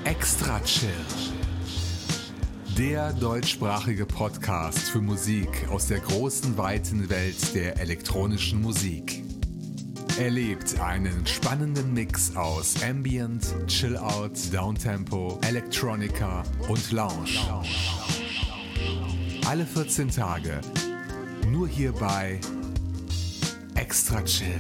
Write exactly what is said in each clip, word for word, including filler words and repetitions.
Extra Chill. Der deutschsprachige Podcast für Musik aus der großen, weiten Welt der elektronischen Musik. Erlebt einen spannenden Mix aus Ambient, Chill-Out, Downtempo, Electronica und Lounge. Alle vierzehn Tage, nur hier bei Extra Chill.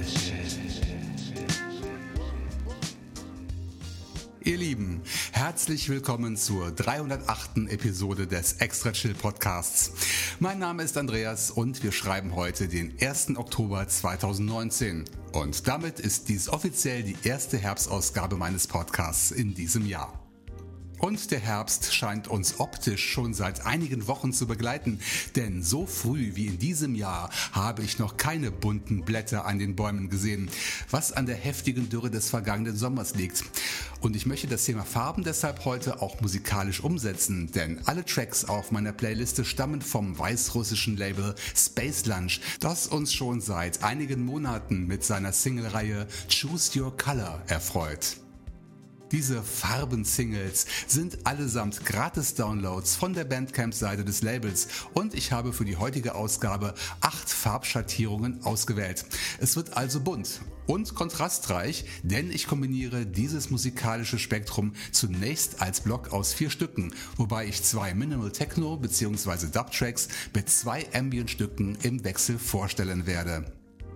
Ihr Lieben, herzlich willkommen zur dreihundertachten Episode des Extra Chill Podcasts. Mein Name ist Andreas und wir schreiben heute den ersten Oktober zweitausendneunzehn. Und damit ist dies offiziell die erste Herbstausgabe meines Podcasts in diesem Jahr. Und der Herbst scheint uns optisch schon seit einigen Wochen zu begleiten, denn so früh wie in diesem Jahr habe ich noch keine bunten Blätter an den Bäumen gesehen, was an der heftigen Dürre des vergangenen Sommers liegt. Und ich möchte das Thema Farben deshalb heute auch musikalisch umsetzen, denn alle Tracks auf meiner Playliste stammen vom weißrussischen Label Space Lunch, das uns schon seit einigen Monaten mit seiner Single-Reihe Choose Your Color erfreut. Diese Farben-Singles sind allesamt Gratis-Downloads von der Bandcamp-Seite des Labels und ich habe für die heutige Ausgabe acht Farbschattierungen ausgewählt. Es wird also bunt und kontrastreich, denn ich kombiniere dieses musikalische Spektrum zunächst als Block aus vier Stücken, wobei ich zwei Minimal Techno bzw. Dub-Tracks mit zwei Ambient-Stücken im Wechsel vorstellen werde.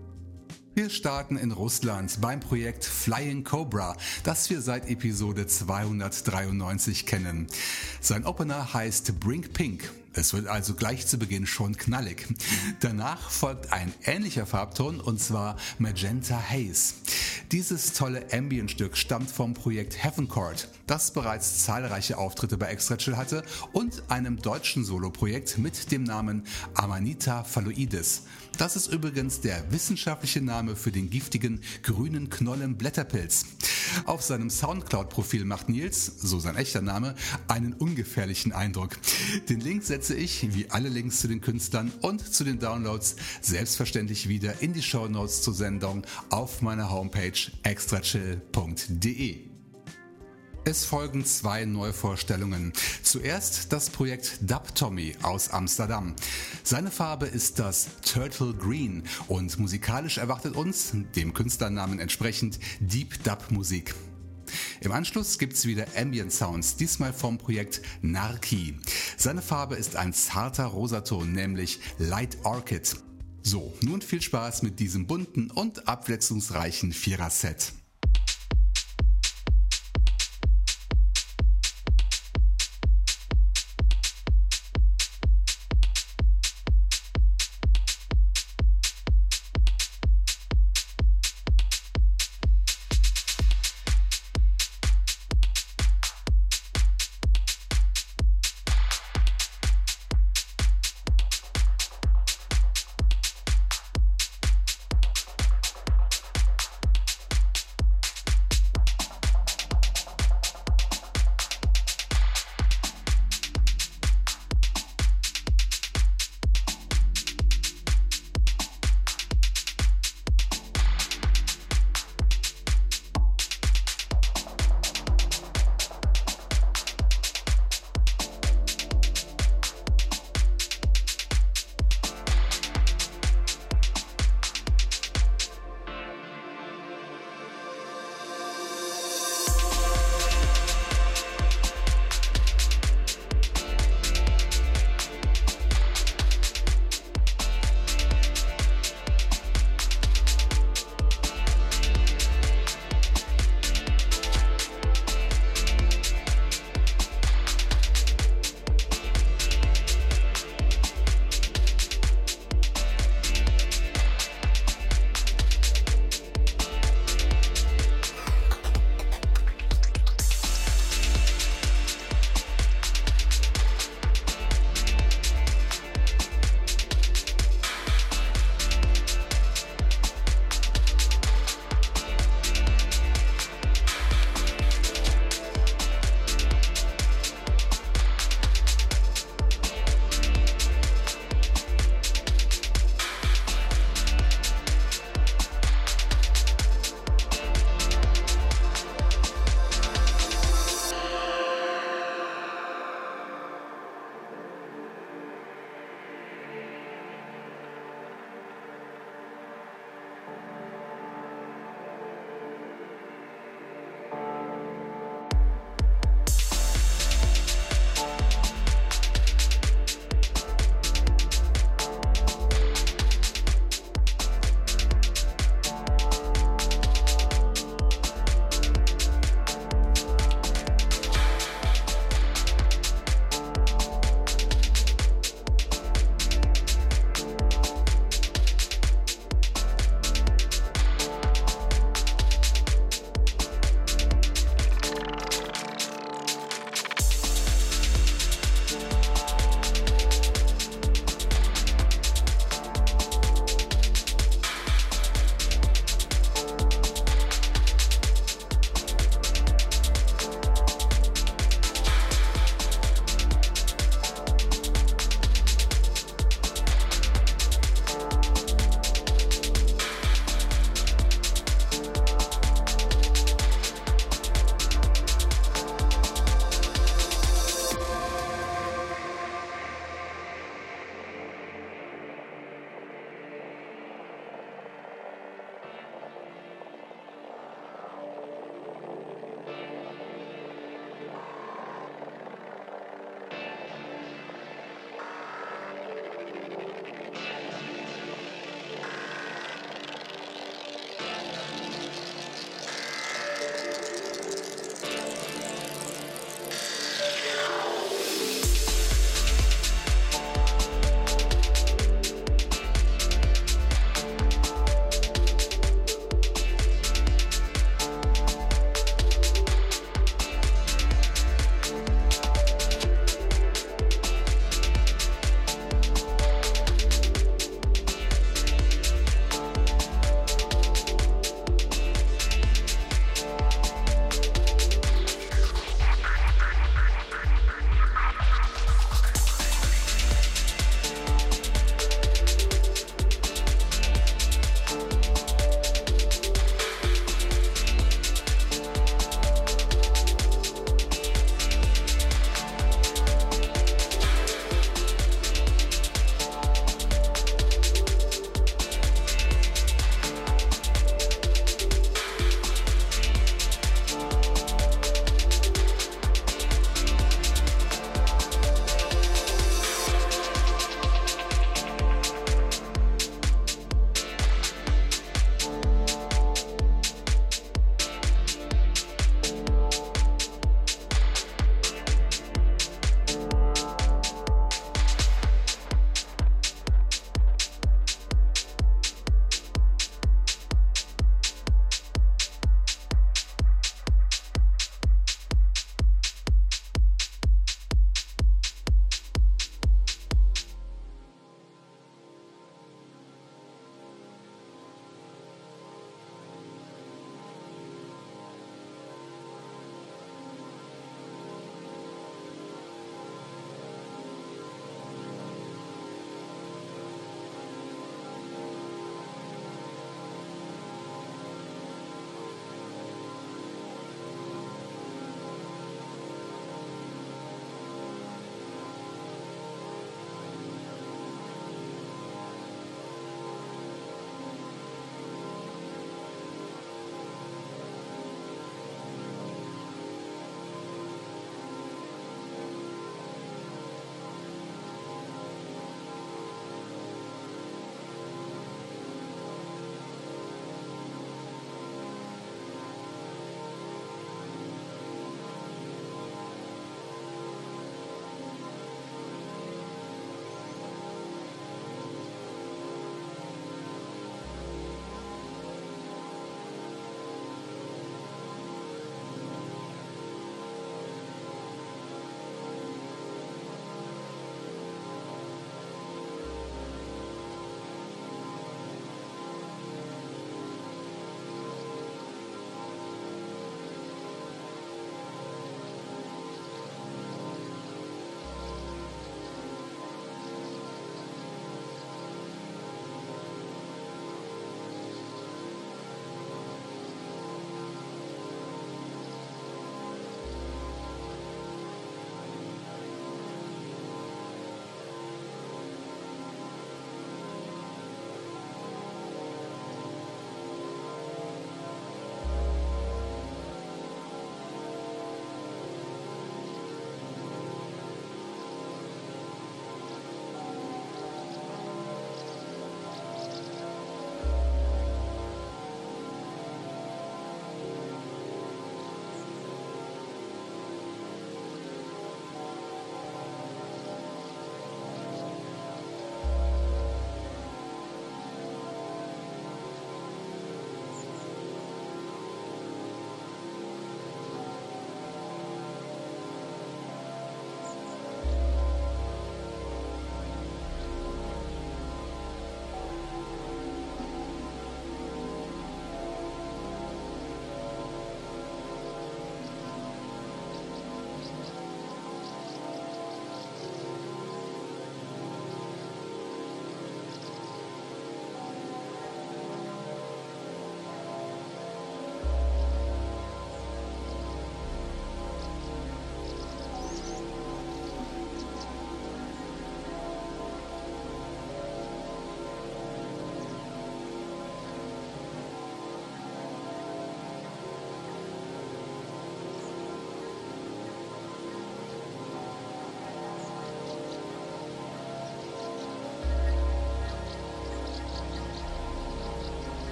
Wir starten in Russland beim Projekt Flying Cobra, das wir seit Episode zweihundertdreiundneunzig kennen. Sein Opener heißt Bring Pink. Es wird also gleich zu Beginn schon knallig. Danach folgt ein ähnlicher Farbton und zwar Magenta Haze. Dieses tolle Ambient-Stück stammt vom Projekt Heaven Chord, das bereits zahlreiche Auftritte bei Extra Chill hatte und einem deutschen Soloprojekt mit dem Namen Amanita phalloides. Das ist übrigens der wissenschaftliche Name für den giftigen grünen Knollen-Blätterpilz. Auf seinem Soundcloud-Profil macht Nils, so sein echter Name, einen ungefährlichen Eindruck. Den Link setze ich, wie alle Links zu den Künstlern und zu den Downloads, selbstverständlich wieder in die Shownotes zur Sendung auf meiner Homepage extrachill punkt de. Es folgen zwei Neuvorstellungen. Zuerst das Projekt Dub Tommy aus Amsterdam. Seine Farbe ist das Turtle Green und musikalisch erwartet uns, dem Künstlernamen entsprechend, Deep Dub Musik. Im Anschluss gibt's wieder Ambient Sounds, diesmal vom Projekt Narki. Seine Farbe ist ein zarter Rosaton, nämlich Light Orchid. So, nun viel Spaß mit diesem bunten und abwechslungsreichen Vierer-Set.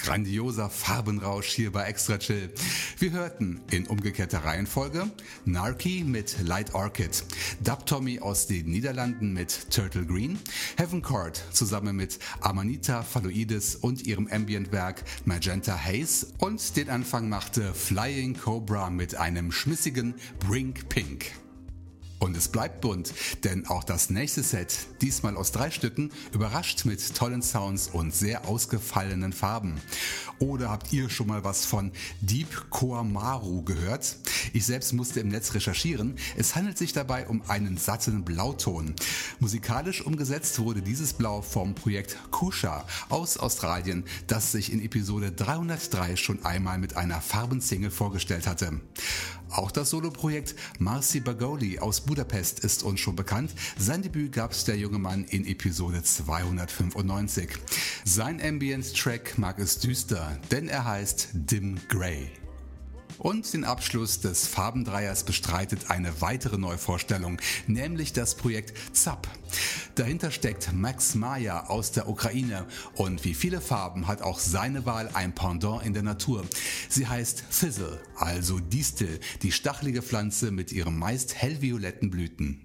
Grandioser Farbenrausch hier bei Extra Chill. Wir hörten in umgekehrter Reihenfolge Narky mit Light Orchid, Dub Tommy aus den Niederlanden mit Turtle Green, Heaven Court zusammen mit Amanita Phalloides und ihrem Ambient-Werk Magenta Haze und den Anfang machte Flying Cobra mit einem schmissigen Brink Pink. Und es bleibt bunt, denn auch das nächste Set, diesmal aus drei Stücken, überrascht mit tollen Sounds und sehr ausgefallenen Farben. Oder habt ihr schon mal was von Deep Koamaru gehört? Ich selbst musste im Netz recherchieren. Es handelt sich dabei um einen satten Blauton. Musikalisch umgesetzt wurde dieses Blau vom Projekt Kusha aus Australien, das sich in Episode dreihundertdrei schon einmal mit einer Farbensingle vorgestellt hatte. Auch das Soloprojekt Marci Bagoli aus Budapest ist uns schon bekannt. Sein Debüt gab es der junge Mann in Episode zweihundertfünfundneunzig. Sein Ambient-Track mag es düster, denn er heißt Dim Grey. Und den Abschluss des Farbendreiers bestreitet eine weitere Neuvorstellung, nämlich das Projekt Zap. Dahinter steckt Max Maja aus der Ukraine und wie viele Farben hat auch seine Wahl ein Pendant in der Natur. Sie heißt Fizzle, also Distel, die stachelige Pflanze mit ihren meist hellvioletten Blüten.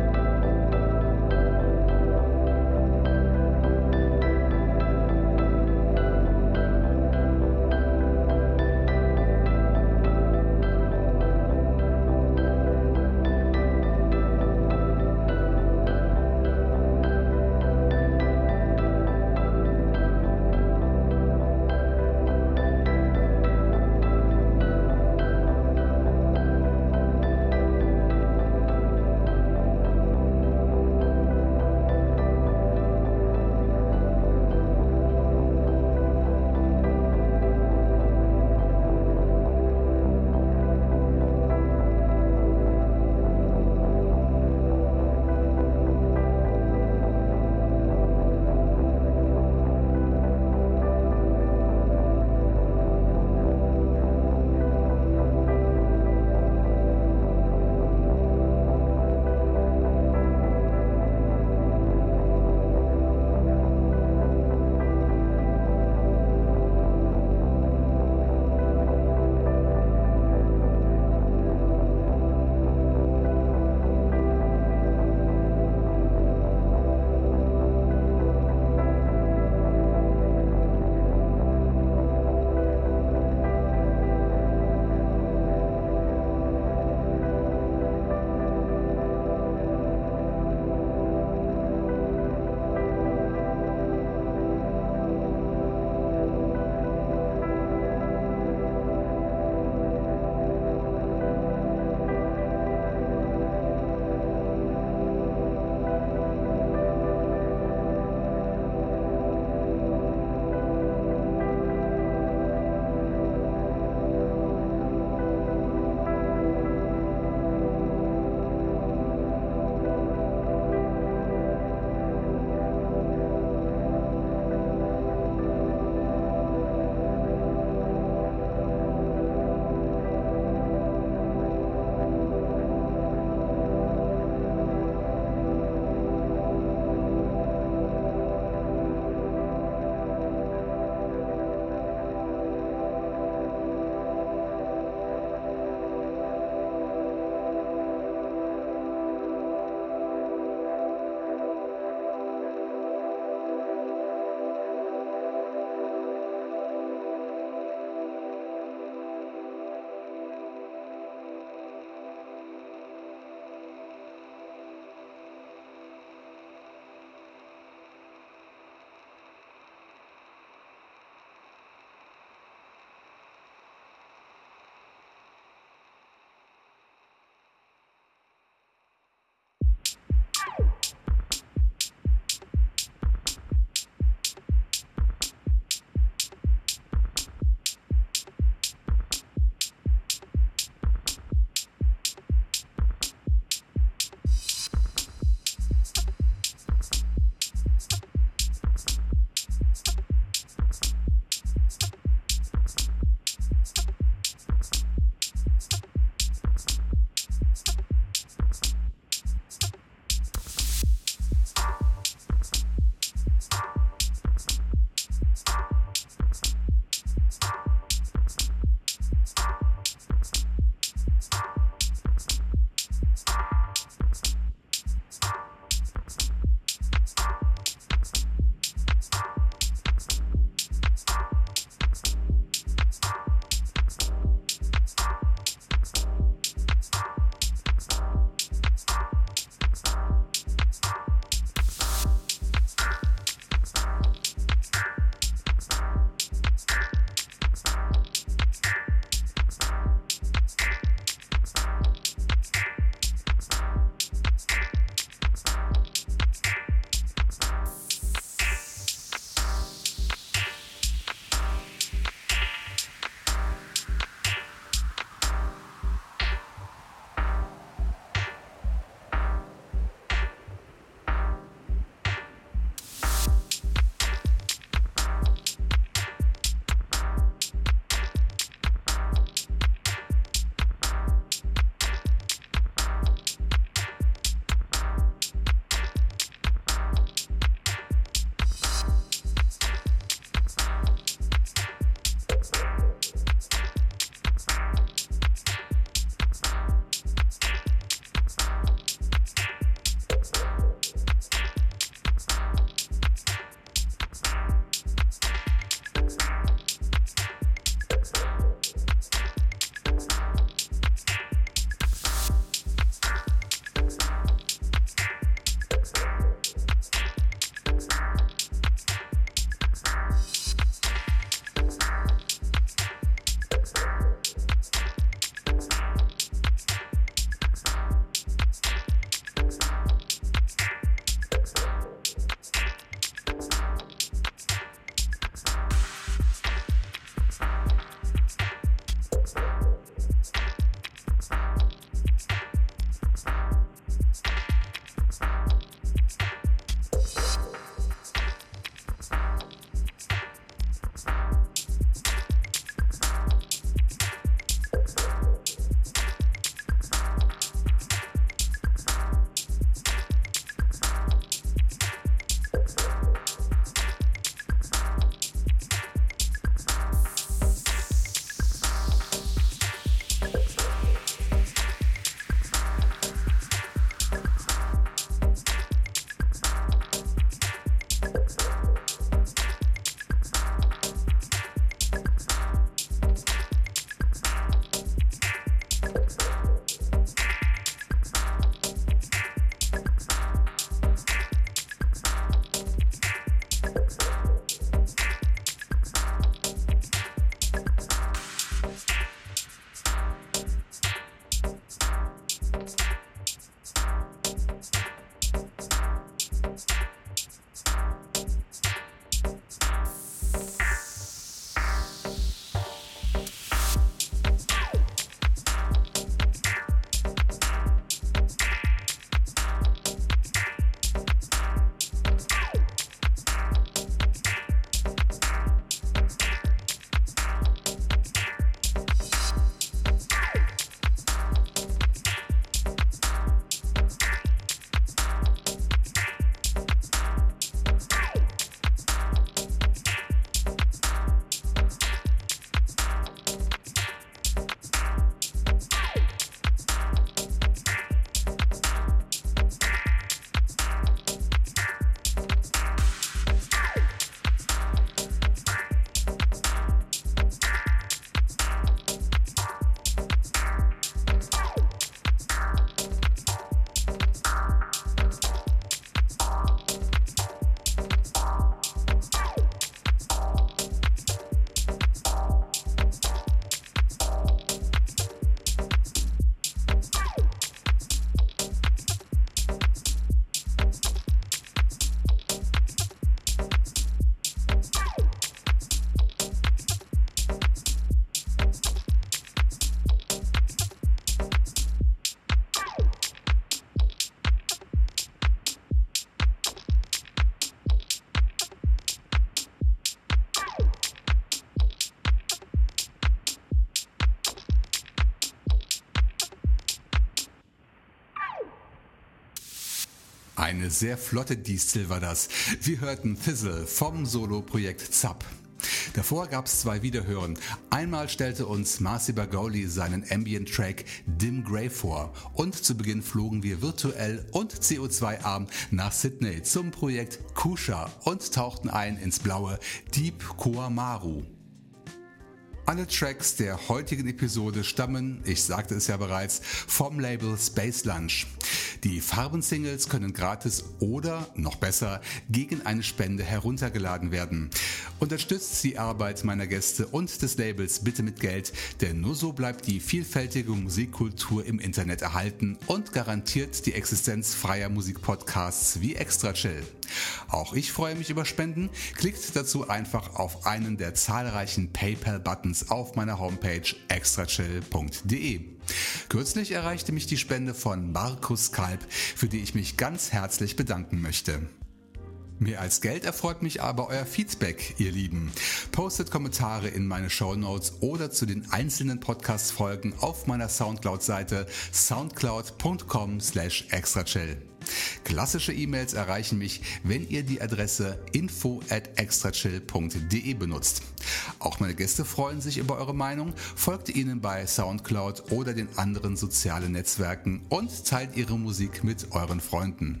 Eine sehr flotte Distel war das. Wir hörten Fizzle vom Solo-Projekt Zapp. Davor gab es zwei Wiederhören. Einmal stellte uns Marcy Bagoli seinen Ambient-Track Dim Grey vor und zu Beginn flogen wir virtuell und C O zwei arm nach Sydney zum Projekt Kusha und tauchten ein ins blaue Deep Koamaru. Alle Tracks der heutigen Episode stammen, ich sagte es ja bereits, vom Label Space Lunch. Die Farben-Singles können gratis oder, noch besser, gegen eine Spende heruntergeladen werden. Unterstützt die Arbeit meiner Gäste und des Labels bitte mit Geld, denn nur so bleibt die vielfältige Musikkultur im Internet erhalten und garantiert die Existenz freier Musikpodcasts wie Extra Chill. Auch ich freue mich über Spenden. Klickt dazu einfach auf einen der zahlreichen PayPal-Buttons auf meiner Homepage extrachill punkt de. Kürzlich erreichte mich die Spende von Markus Kalb, für die ich mich ganz herzlich bedanken möchte. Mehr als Geld erfreut mich aber euer Feedback, ihr Lieben. Postet Kommentare in meine Shownotes oder zu den einzelnen Podcast-Folgen auf meiner Soundcloud-Seite soundcloud punkt com slash extrachill. Klassische E-Mails erreichen mich, wenn ihr die Adresse info at extrachill punkt de benutzt. Auch meine Gäste freuen sich über eure Meinung, folgt ihnen bei Soundcloud oder den anderen sozialen Netzwerken und teilt ihre Musik mit euren Freunden.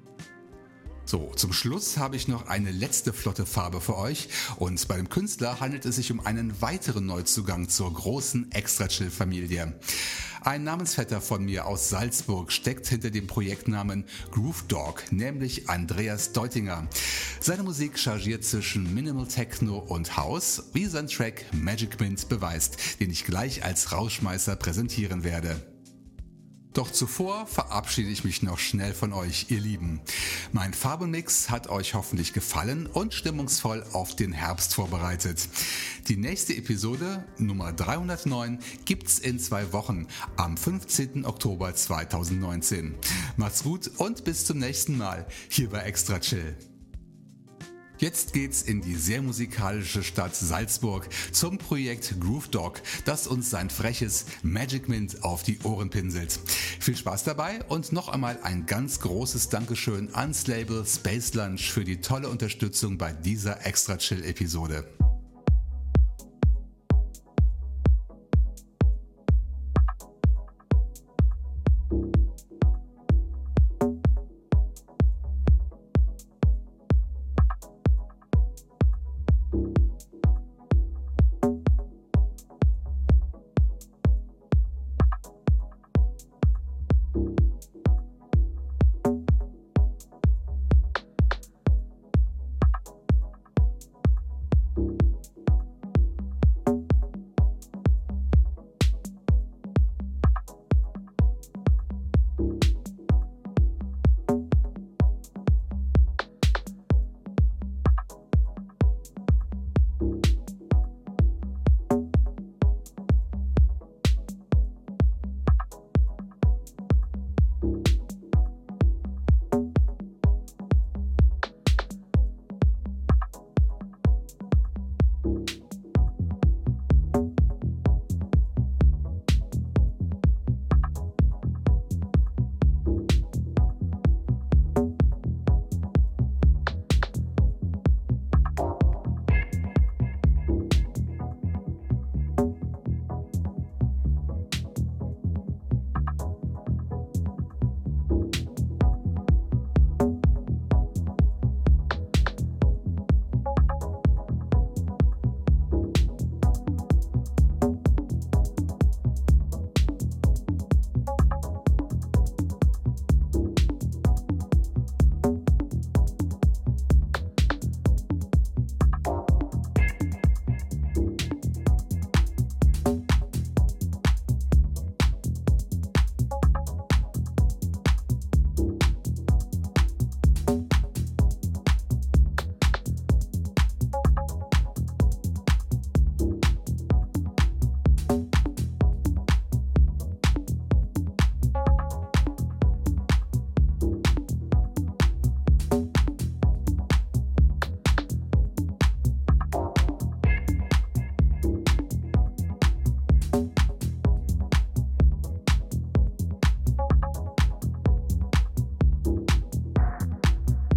So, zum Schluss habe ich noch eine letzte flotte Farbe für euch und bei dem Künstler handelt es sich um einen weiteren Neuzugang zur großen Extra-Chill-Familie. Ein Namensvetter von mir aus Salzburg steckt hinter dem Projektnamen Groove Dog, nämlich Andreas Deutinger. Seine Musik chargiert zwischen Minimal Techno und House, wie sein Track Magic Mint beweist, den ich gleich als Rausschmeißer präsentieren werde. Doch zuvor verabschiede ich mich noch schnell von euch, ihr Lieben. Mein Farbenmix hat euch hoffentlich gefallen und stimmungsvoll auf den Herbst vorbereitet. Die nächste Episode, Nummer dreihundertneun, gibt's in zwei Wochen, am fünfzehnten Oktober zweitausendneunzehn. Macht's gut und bis zum nächsten Mal, hier bei Extra Chill. Jetzt geht's in die sehr musikalische Stadt Salzburg zum Projekt Groove Dog, das uns sein freches Magic Mint auf die Ohren pinselt. Viel Spaß dabei und noch einmal ein ganz großes Dankeschön ans Label Space Lunch für die tolle Unterstützung bei dieser Extra Chill Episode. You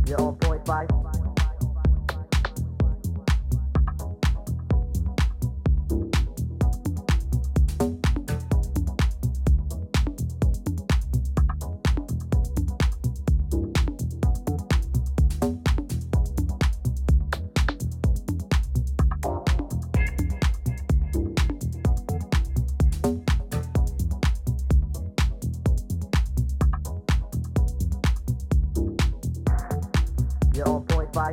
You're on point five. You're on point five.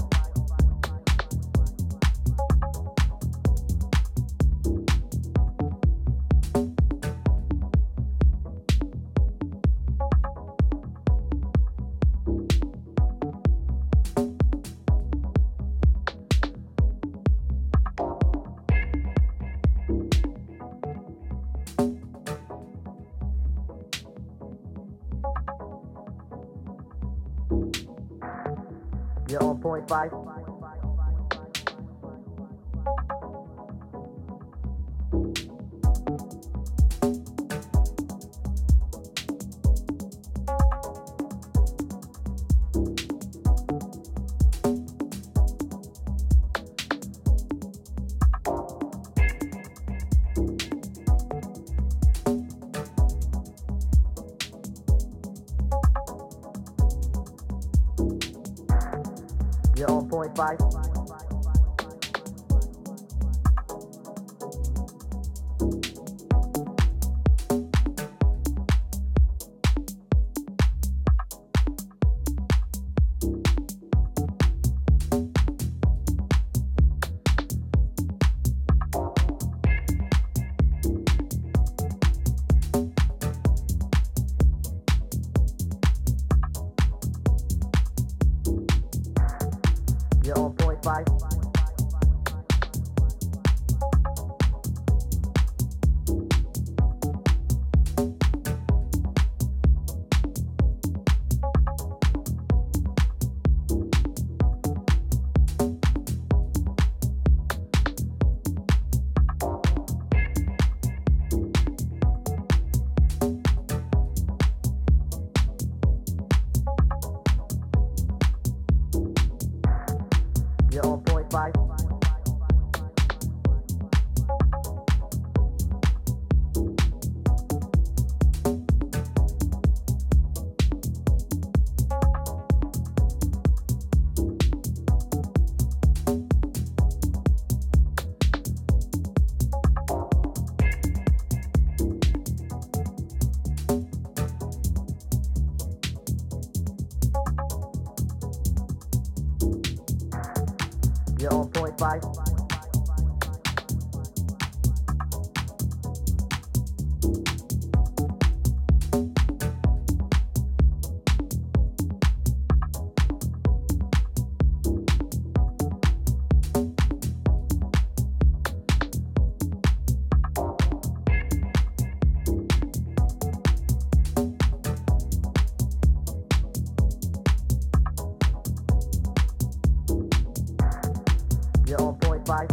You're on point five. You're on point five. You're on point five. You're on point five. You're on point five. You're on point five.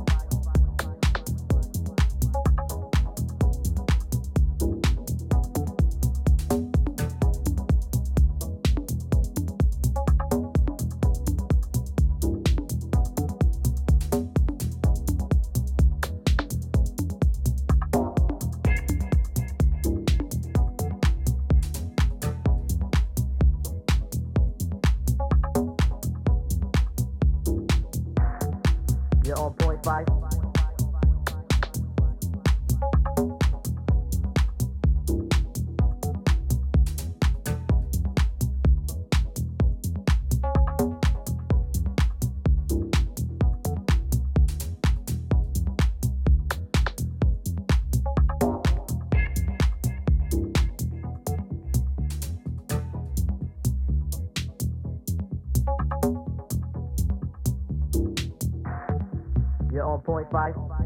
You're on point five. You're on point five.